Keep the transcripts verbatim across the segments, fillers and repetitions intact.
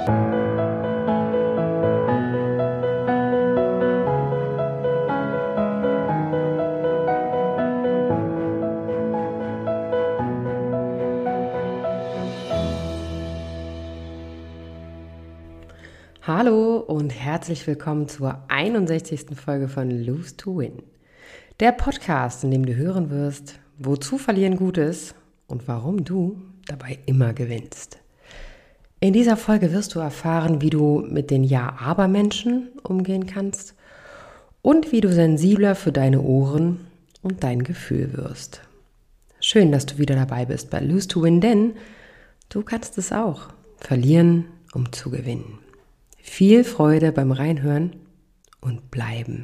Hallo und herzlich willkommen zur einundsechzigsten Folge von Lose to Win. Der Podcast, in dem du hören wirst, wozu Verlieren gut ist und warum du dabei immer gewinnst. In dieser Folge wirst du erfahren, wie du mit den Ja-Aber-Menschen umgehen kannst und wie du sensibler für deine Ohren und dein Gefühl wirst. Schön, dass du wieder dabei bist bei Lose to Win, denn du kannst es auch. Verlieren, um zu gewinnen. Viel Freude beim Reinhören und Bleiben.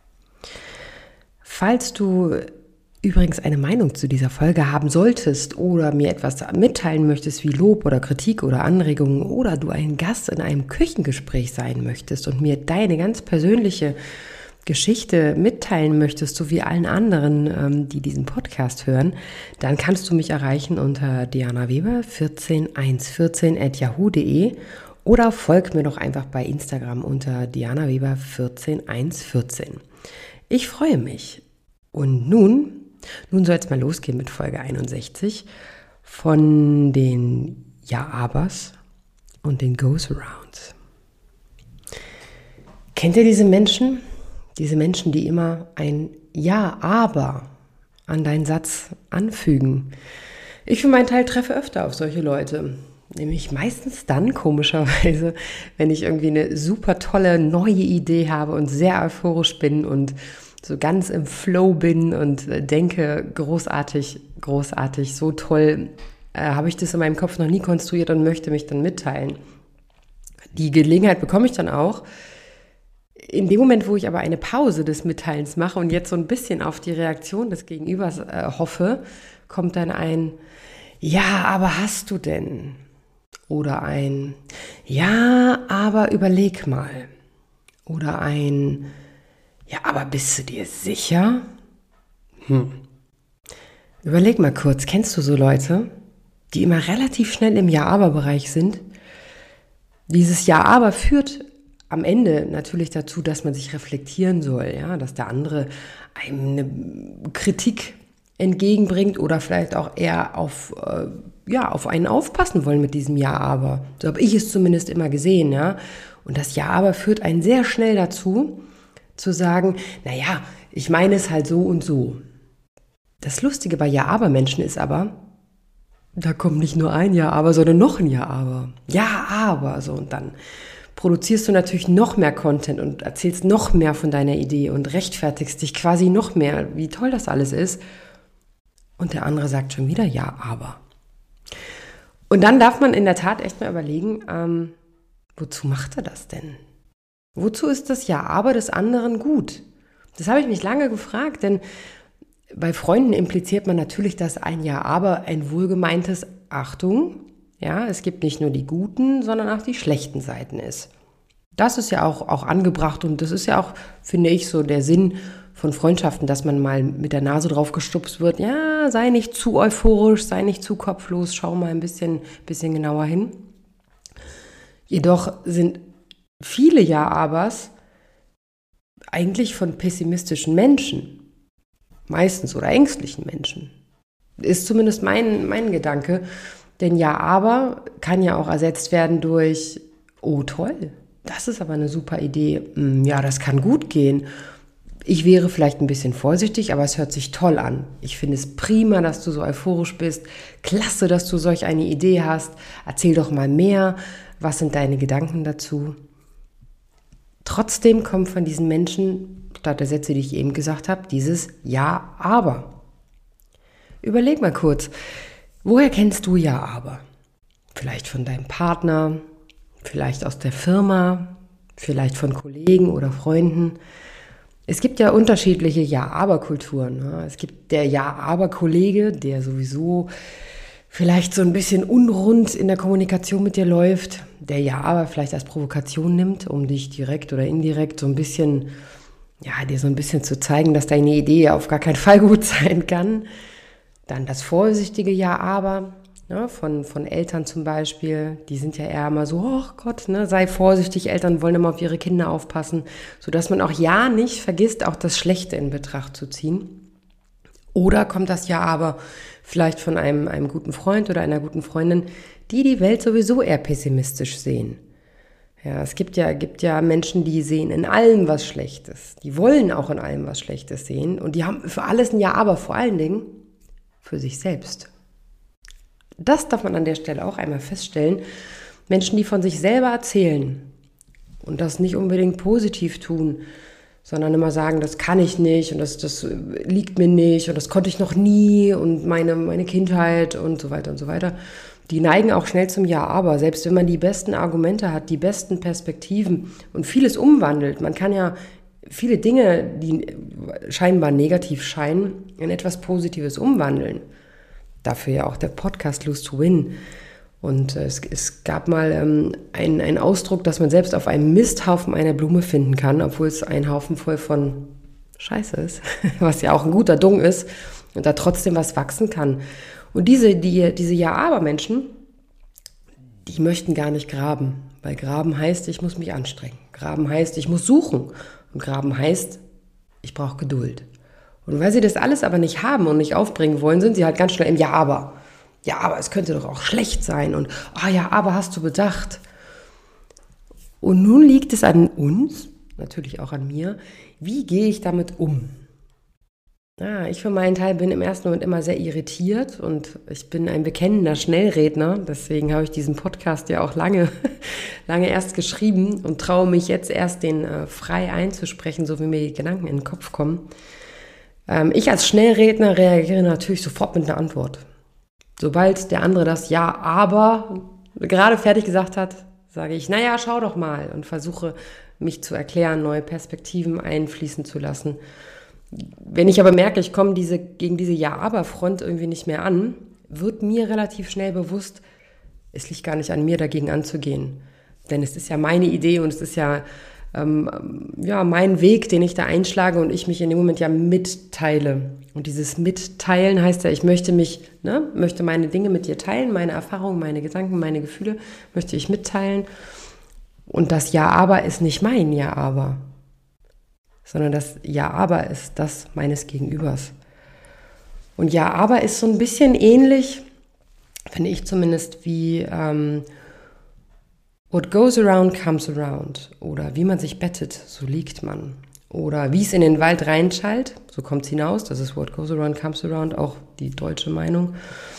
Falls du übrigens eine Meinung zu dieser Folge haben solltest oder mir etwas mitteilen möchtest wie Lob oder Kritik oder Anregungen oder du ein Gast in einem Küchengespräch sein möchtest und mir deine ganz persönliche Geschichte mitteilen möchtest, so wie allen anderen, die diesen Podcast hören, dann kannst du mich erreichen unter Diana Weber vierzehn eins vierzehn at yahoo punkt de oder folg mir doch einfach bei Instagram unter Diana Weber vierzehn eins vierzehn. Ich freue mich. Und nun, nun soll es mal losgehen mit Folge einundsechzig von den Ja-Abers und den Goes-Arounds. Kennt ihr diese Menschen? Diese Menschen, die immer ein Ja-Aber an deinen Satz anfügen. Ich für meinen Teil treffe öfter auf solche Leute. Nämlich meistens dann, komischerweise, wenn ich irgendwie eine super tolle neue Idee habe und sehr euphorisch bin und so ganz im Flow bin und denke, großartig, großartig, so toll, äh, habe ich das in meinem Kopf noch nie konstruiert und möchte mich dann mitteilen. Die Gelegenheit bekomme ich dann auch. In dem Moment, wo ich aber eine Pause des Mitteilens mache und jetzt so ein bisschen auf die Reaktion des Gegenübers äh, hoffe, kommt dann ein Ja, aber hast du denn? Oder ein Ja, aber überleg mal. Oder ein Ja, aber bist du dir sicher? Hm. Überleg mal kurz, kennst du so Leute, die immer relativ schnell im Ja-Aber-Bereich sind? Dieses Ja-Aber führt am Ende natürlich dazu, dass man sich reflektieren soll, ja, dass der andere einem eine Kritik entgegenbringt oder vielleicht auch eher auf, äh, ja, auf einen aufpassen wollen mit diesem Ja-Aber. So habe ich es zumindest immer gesehen, ja. Und das Ja-Aber führt einen sehr schnell dazu, zu sagen, naja, ich meine es halt so und so. Das Lustige bei Ja-Aber-Menschen ist aber, da kommt nicht nur ein Ja-Aber, sondern noch ein Ja-Aber. Ja, aber, so und dann produzierst du natürlich noch mehr Content und erzählst noch mehr von deiner Idee und rechtfertigst dich quasi noch mehr, wie toll das alles ist. Und der andere sagt schon wieder Ja, aber. Und dann darf man in der Tat echt mal überlegen, ähm, wozu macht er das denn? Wozu ist das Ja, aber des anderen gut? Das habe ich mich lange gefragt, denn bei Freunden impliziert man natürlich, dass ein Ja, aber ein wohlgemeintes Achtung, ja, es gibt nicht nur die guten, sondern auch die schlechten Seiten ist. Das ist ja auch, auch angebracht und das ist ja auch, finde ich, so der Sinn von Freundschaften, dass man mal mit der Nase drauf gestupst wird. Ja, sei nicht zu euphorisch, sei nicht zu kopflos, schau mal ein bisschen, bisschen genauer hin. Jedoch sind viele Ja-Abers eigentlich von pessimistischen Menschen, meistens oder ängstlichen Menschen. Ist zumindest mein, mein Gedanke. Denn Ja-Aber kann ja auch ersetzt werden durch, oh toll, das ist aber eine super Idee. Ja, das kann gut gehen. Ich wäre vielleicht ein bisschen vorsichtig, aber es hört sich toll an. Ich finde es prima, dass du so euphorisch bist. Klasse, dass du solch eine Idee hast. Erzähl doch mal mehr. Was sind deine Gedanken dazu? Trotzdem kommt von diesen Menschen, statt der Sätze, die ich eben gesagt habe, dieses Ja, aber. Überleg mal kurz, woher kennst du Ja, aber? Vielleicht von deinem Partner, vielleicht aus der Firma, vielleicht von Kollegen oder Freunden. Es gibt ja unterschiedliche Ja-Aber-Kulturen. Ne? Es gibt der Ja-Aber-Kollege, der sowieso vielleicht so ein bisschen unrund in der Kommunikation mit dir läuft, der Ja-Aber vielleicht als Provokation nimmt, um dich direkt oder indirekt so ein bisschen, ja, dir so ein bisschen zu zeigen, dass deine Idee auf gar keinen Fall gut sein kann. Dann das vorsichtige Ja-Aber, ne, von, von Eltern zum Beispiel, die sind ja eher immer so, oh Gott, ne, sei vorsichtig, Eltern wollen immer auf ihre Kinder aufpassen, sodass man auch ja nicht vergisst, auch das Schlechte in Betracht zu ziehen. Oder kommt das Ja aber vielleicht von einem, einem guten Freund oder einer guten Freundin, die die Welt sowieso eher pessimistisch sehen. Ja, es gibt ja, gibt ja Menschen, die sehen in allem was Schlechtes. Die wollen auch in allem was Schlechtes sehen. Und die haben für alles ein Ja, aber vor allen Dingen für sich selbst. Das darf man an der Stelle auch einmal feststellen. Menschen, die von sich selber erzählen und das nicht unbedingt positiv tun, sondern immer sagen, das kann ich nicht und das, das liegt mir nicht und das konnte ich noch nie und meine, meine Kindheit und so weiter und so weiter. Die neigen auch schnell zum Ja, aber selbst wenn man die besten Argumente hat, die besten Perspektiven und vieles umwandelt, man kann ja viele Dinge, die scheinbar negativ scheinen, in etwas Positives umwandeln. Dafür ja auch der Podcast Lose to Win. Und äh, es, es gab mal ähm, einen, einen Ausdruck, dass man selbst auf einem Misthaufen eine Blume finden kann, obwohl es ein Haufen voll von Scheiße ist, was ja auch ein guter Dung ist und da trotzdem was wachsen kann. Und diese, die, diese Ja-Aber-Menschen, die möchten gar nicht graben, weil graben heißt, ich muss mich anstrengen. Graben heißt, ich muss suchen. Und graben heißt, ich brauche Geduld. Und weil sie das alles aber nicht haben und nicht aufbringen wollen, sind sie halt ganz schnell im Ja-Aber. Ja, aber es könnte doch auch schlecht sein. Und, ah ja, aber hast du bedacht? Und nun liegt es an uns, natürlich auch an mir, wie gehe ich damit um? Ja, ich für meinen Teil bin im ersten Moment immer sehr irritiert und ich bin ein bekennender Schnellredner. Deswegen habe ich diesen Podcast ja auch lange, lange erst geschrieben und traue mich jetzt erst, den äh, frei einzusprechen, so wie mir die Gedanken in den Kopf kommen. Ähm, ich als Schnellredner reagiere natürlich sofort mit einer Antwort. Sobald der andere das Ja, aber gerade fertig gesagt hat, sage ich, naja, schau doch mal und versuche mich zu erklären, neue Perspektiven einfließen zu lassen. Wenn ich aber merke, ich komme diese, gegen diese Ja-Aber-Front irgendwie nicht mehr an, wird mir relativ schnell bewusst, es liegt gar nicht an mir, dagegen anzugehen. Denn es ist ja meine Idee und es ist ja, ähm, ja mein Weg, den ich da einschlage und ich mich in dem Moment ja mitteile. Und dieses Mitteilen heißt ja, ich möchte mich, ne, möchte meine Dinge mit dir teilen, meine Erfahrungen, meine Gedanken, meine Gefühle möchte ich mitteilen. Und das Ja-Aber ist nicht mein Ja-Aber, sondern das Ja-Aber ist das meines Gegenübers. Und Ja-Aber ist so ein bisschen ähnlich, finde ich zumindest, wie ähm, what goes around comes around oder wie man sich bettet, so liegt man. Oder wie es in den Wald reinschallt, so kommt es hinaus, das ist what goes around comes around, auch die deutsche Meinung.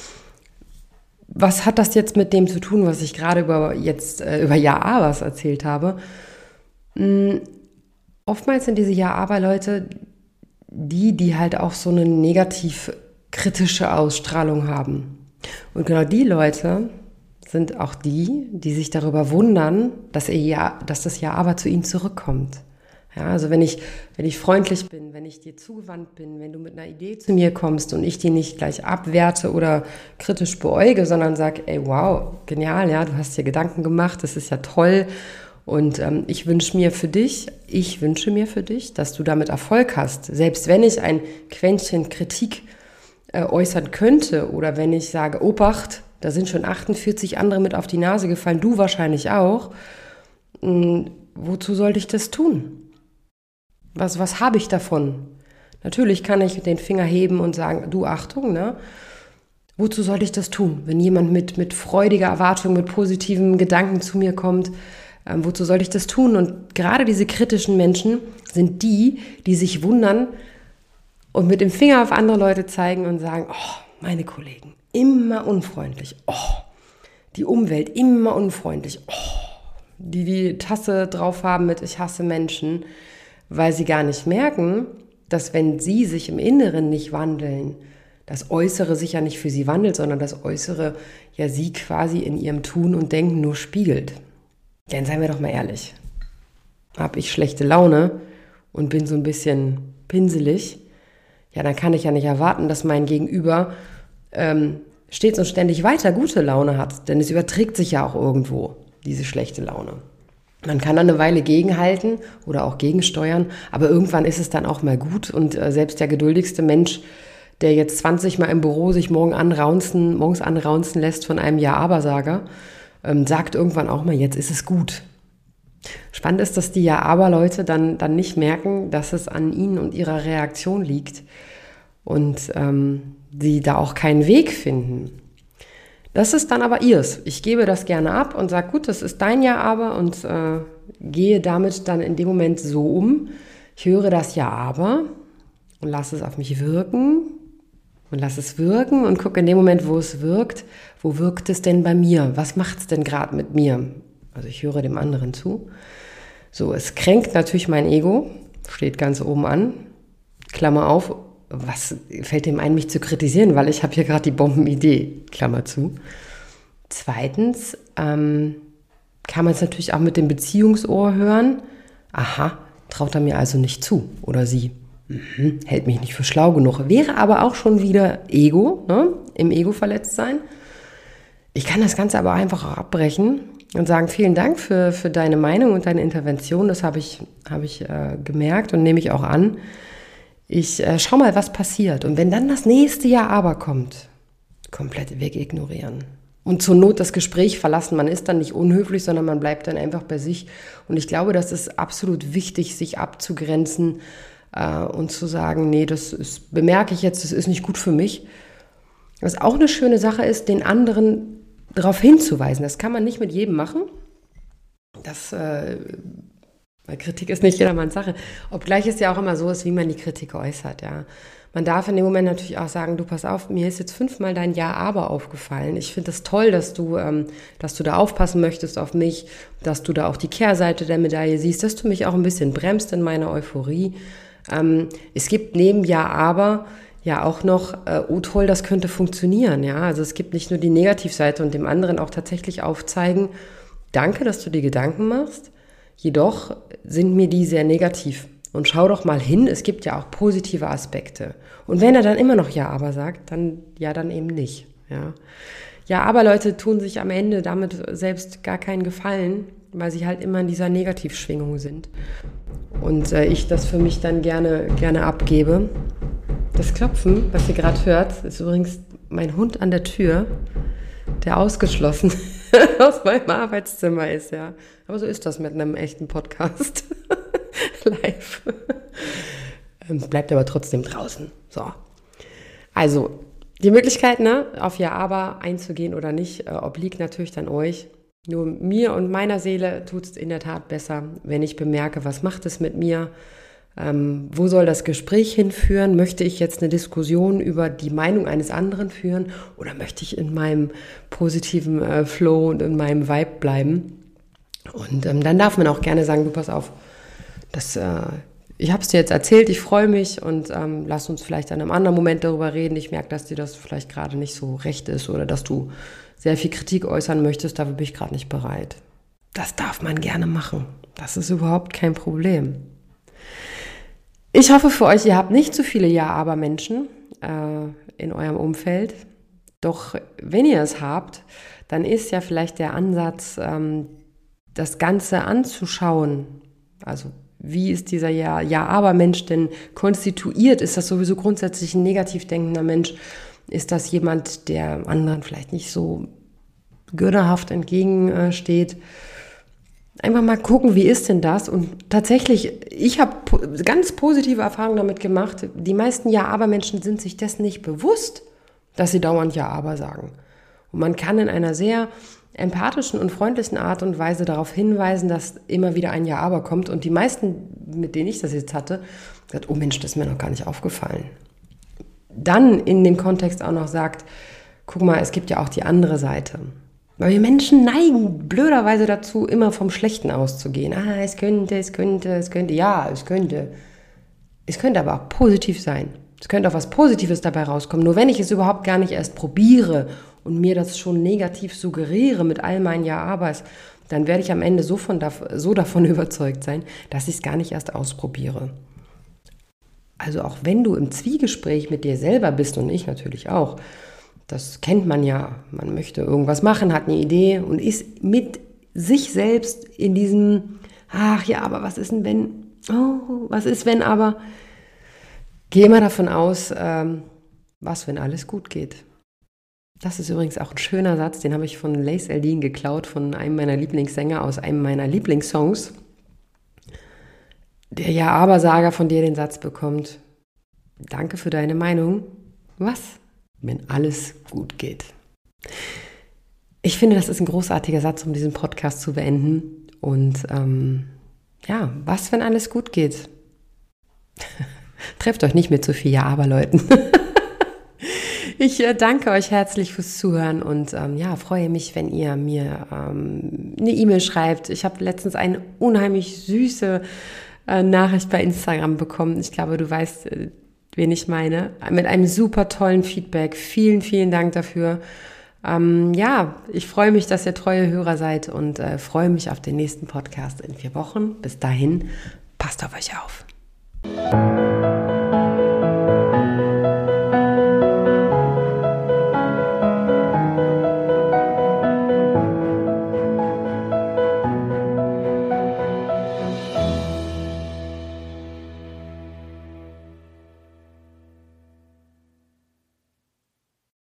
Was hat das jetzt mit dem zu tun, was ich gerade über jetzt äh, über Ja-Abers erzählt habe? Hm, Oftmals sind diese Ja-Aber-Leute die, die halt auch so eine negativ-kritische Ausstrahlung haben. Und genau die Leute sind auch die, die sich darüber wundern, dass, ihr ja, dass das Ja-Aber zu ihnen zurückkommt. Ja, also wenn ich, wenn ich freundlich bin, wenn ich dir zugewandt bin, wenn du mit einer Idee zu mir kommst und ich die nicht gleich abwerte oder kritisch beäuge, sondern sage, ey, wow, genial, ja, du hast dir Gedanken gemacht, das ist ja toll. Und ähm, ich wünsche mir für dich, ich wünsche mir für dich, dass du damit Erfolg hast. Selbst wenn ich ein Quäntchen Kritik äh, äußern könnte oder wenn ich sage, Obacht, da sind schon achtundvierzig andere mit auf die Nase gefallen, du wahrscheinlich auch. Mh, wozu sollte ich das tun? Was, was habe ich davon? Natürlich kann ich den Finger heben und sagen, du Achtung, ne? Wozu sollte ich das tun? Wenn jemand mit, mit freudiger Erwartung, mit positiven Gedanken zu mir kommt, Ähm, wozu soll ich das tun? Und gerade diese kritischen Menschen sind die, die sich wundern und mit dem Finger auf andere Leute zeigen und sagen, oh, meine Kollegen, immer unfreundlich. Oh, die Umwelt, immer unfreundlich. Oh, die die Tasse drauf haben mit ich hasse Menschen, weil sie gar nicht merken, dass wenn sie sich im Inneren nicht wandeln, das Äußere sich ja nicht für sie wandelt, sondern das Äußere ja sie quasi in ihrem Tun und Denken nur spiegelt. Denn seien wir doch mal ehrlich, habe ich schlechte Laune und bin so ein bisschen pinselig, ja, dann kann ich ja nicht erwarten, dass mein Gegenüber ähm, stets und ständig weiter gute Laune hat. Denn es überträgt sich ja auch irgendwo, diese schlechte Laune. Man kann dann eine Weile gegenhalten oder auch gegensteuern, aber irgendwann ist es dann auch mal gut und äh, selbst der geduldigste Mensch, der jetzt zwanzig Mal im Büro sich morgen anraunzen, morgens anraunzen lässt von einem Ja-Aber-Sager, ähm, sagt irgendwann auch mal, jetzt ist es gut. Spannend ist, dass die Ja-Aber-Leute dann, dann nicht merken, dass es an ihnen und ihrer Reaktion liegt und ähm, sie da auch keinen Weg finden. Das ist dann aber ihrs. Ich gebe das gerne ab und sage, gut, das ist dein Ja-Aber und äh, gehe damit dann in dem Moment so um. Ich höre das Ja-Aber und lasse es auf mich wirken und lasse es wirken und gucke in dem Moment, wo es wirkt, wo wirkt es denn bei mir? Was macht es denn gerade mit mir? Also ich höre dem anderen zu. So, es kränkt natürlich mein Ego, steht ganz oben an, Klammer auf, was fällt dem ein, mich zu kritisieren, weil ich habe hier gerade die Bombenidee, Klammer zu. Zweitens ähm, kann man es natürlich auch mit dem Beziehungsohr hören. Aha, traut er mir also nicht zu oder sie. Mhm, hält mich nicht für schlau genug. Wäre aber auch schon wieder Ego, ne? Im Ego verletzt sein. Ich kann das Ganze aber einfach auch abbrechen und sagen, vielen Dank für, für deine Meinung und deine Intervention. Das habe ich, habe ich äh, gemerkt und nehme ich auch an. Ich äh, schau mal, was passiert. Und wenn dann das nächste Jahr aber kommt, komplett wegignorieren. Und zur Not das Gespräch verlassen. Man ist dann nicht unhöflich, sondern man bleibt dann einfach bei sich. Und ich glaube, das ist absolut wichtig, sich abzugrenzen äh, und zu sagen, nee, das ist, bemerke ich jetzt, das ist nicht gut für mich. Was auch eine schöne Sache ist, den anderen darauf hinzuweisen. Das kann man nicht mit jedem machen. Das, äh, weil Kritik ist nicht jedermanns Sache. Obgleich es ja auch immer so ist, wie man die Kritik äußert, ja. Man darf in dem Moment natürlich auch sagen, du pass auf, mir ist jetzt fünfmal dein Ja-Aber aufgefallen. Ich finde es das toll, dass du, ähm, dass du da aufpassen möchtest auf mich, dass du da auch die Kehrseite der Medaille siehst, dass du mich auch ein bisschen bremst in meiner Euphorie. Ähm, es gibt neben Ja-Aber ja auch noch, äh, oh toll, das könnte funktionieren, ja. Also es gibt nicht nur die Negativseite und dem anderen auch tatsächlich aufzeigen, danke, dass du dir Gedanken machst, jedoch sind mir die sehr negativ. Und schau doch mal hin, es gibt ja auch positive Aspekte. Und wenn er dann immer noch Ja, aber sagt, dann ja, dann eben nicht. Ja, ja, aber Leute tun sich am Ende damit selbst gar keinen Gefallen, weil sie halt immer in dieser Negativschwingung sind. Und äh, ich das für mich dann gerne, gerne abgebe. Das Klopfen, was ihr gerade hört, ist übrigens mein Hund an der Tür, der ausgeschlossen aus meinem Arbeitszimmer ist, ja. Aber so ist das mit einem echten Podcast. Live. Bleibt aber trotzdem draußen. So. Also, die Möglichkeit, ne, auf Ja, aber einzugehen oder nicht, äh, obliegt natürlich dann euch. Nur mir und meiner Seele tut es in der Tat besser, wenn ich bemerke, was macht es mit mir, ähm, wo soll das Gespräch hinführen, möchte ich jetzt eine Diskussion über die Meinung eines anderen führen oder möchte ich in meinem positiven äh, Flow und in meinem Vibe bleiben. Und ähm, dann darf man auch gerne sagen, du pass auf, das, äh, ich habe es dir jetzt erzählt, ich freue mich und ähm, lass uns vielleicht an einem anderen Moment darüber reden. Ich merke, dass dir das vielleicht gerade nicht so recht ist oder dass du sehr viel Kritik äußern möchtest, dafür bin ich gerade nicht bereit. Das darf man gerne machen. Das ist überhaupt kein Problem. Ich hoffe für euch, ihr habt nicht zu viele Ja-Aber-Menschen äh, in eurem Umfeld. Doch wenn ihr es habt, dann ist ja vielleicht der Ansatz, ähm, das Ganze anzuschauen. Also wie ist dieser Ja, Ja-Aber-Mensch denn konstituiert? Ist das sowieso grundsätzlich ein negativ denkender Mensch? Ist das jemand, der anderen vielleicht nicht so gönnerhaft entgegensteht? Einfach mal gucken, wie ist denn das? Und tatsächlich, ich habe ganz positive Erfahrungen damit gemacht. Die meisten Ja-Aber-Menschen sind sich dessen nicht bewusst, dass sie dauernd Ja-Aber sagen. Und man kann in einer sehr empathischen und freundlichen Art und Weise darauf hinweisen, dass immer wieder ein Ja-Aber kommt. Und die meisten, mit denen ich das jetzt hatte, gesagt, oh Mensch, das ist mir noch gar nicht aufgefallen. Dann in dem Kontext auch noch sagt, guck mal, es gibt ja auch die andere Seite. Weil wir Menschen neigen blöderweise dazu, immer vom Schlechten auszugehen. Ah, es könnte, es könnte, es könnte, ja, es könnte. Es könnte aber auch positiv sein. Es könnte auch was Positives dabei rauskommen. Nur wenn ich es überhaupt gar nicht erst probiere und mir das schon negativ suggeriere mit all meinen Ja-Abers, dann werde ich am Ende so, von, so davon überzeugt sein, dass ich es gar nicht erst ausprobiere. Also auch wenn du im Zwiegespräch mit dir selber bist und ich natürlich auch, das kennt man ja, man möchte irgendwas machen, hat eine Idee und ist mit sich selbst in diesem, ach ja, aber was ist denn wenn, oh, was ist wenn aber, gehe mal davon aus, ähm, Was, wenn alles gut geht? Das ist übrigens auch ein schöner Satz, den habe ich von Lace Aldin geklaut, von einem meiner Lieblingssänger aus einem meiner Lieblingssongs. Der Ja-Aber-Sager von dir den Satz bekommt: Danke für deine Meinung. Was, wenn alles gut geht? Ich finde, das ist ein großartiger Satz, um diesen Podcast zu beenden. Und ähm, ja, was, wenn alles gut geht? Trefft euch nicht mit zu viel Ja-Aber-Leuten. Ich äh, danke euch herzlich fürs Zuhören und ähm, ja, freue mich, wenn ihr mir ähm, eine E-Mail schreibt. Ich habe letztens eine unheimlich süße äh, Nachricht bei Instagram bekommen. Ich glaube, du weißt, äh, wen ich meine. Mit einem super tollen Feedback. Vielen, vielen Dank dafür. Ähm, ja, ich freue mich, dass ihr treue Hörer seid und äh, freue mich auf den nächsten Podcast in vier Wochen. Bis dahin, passt auf euch auf.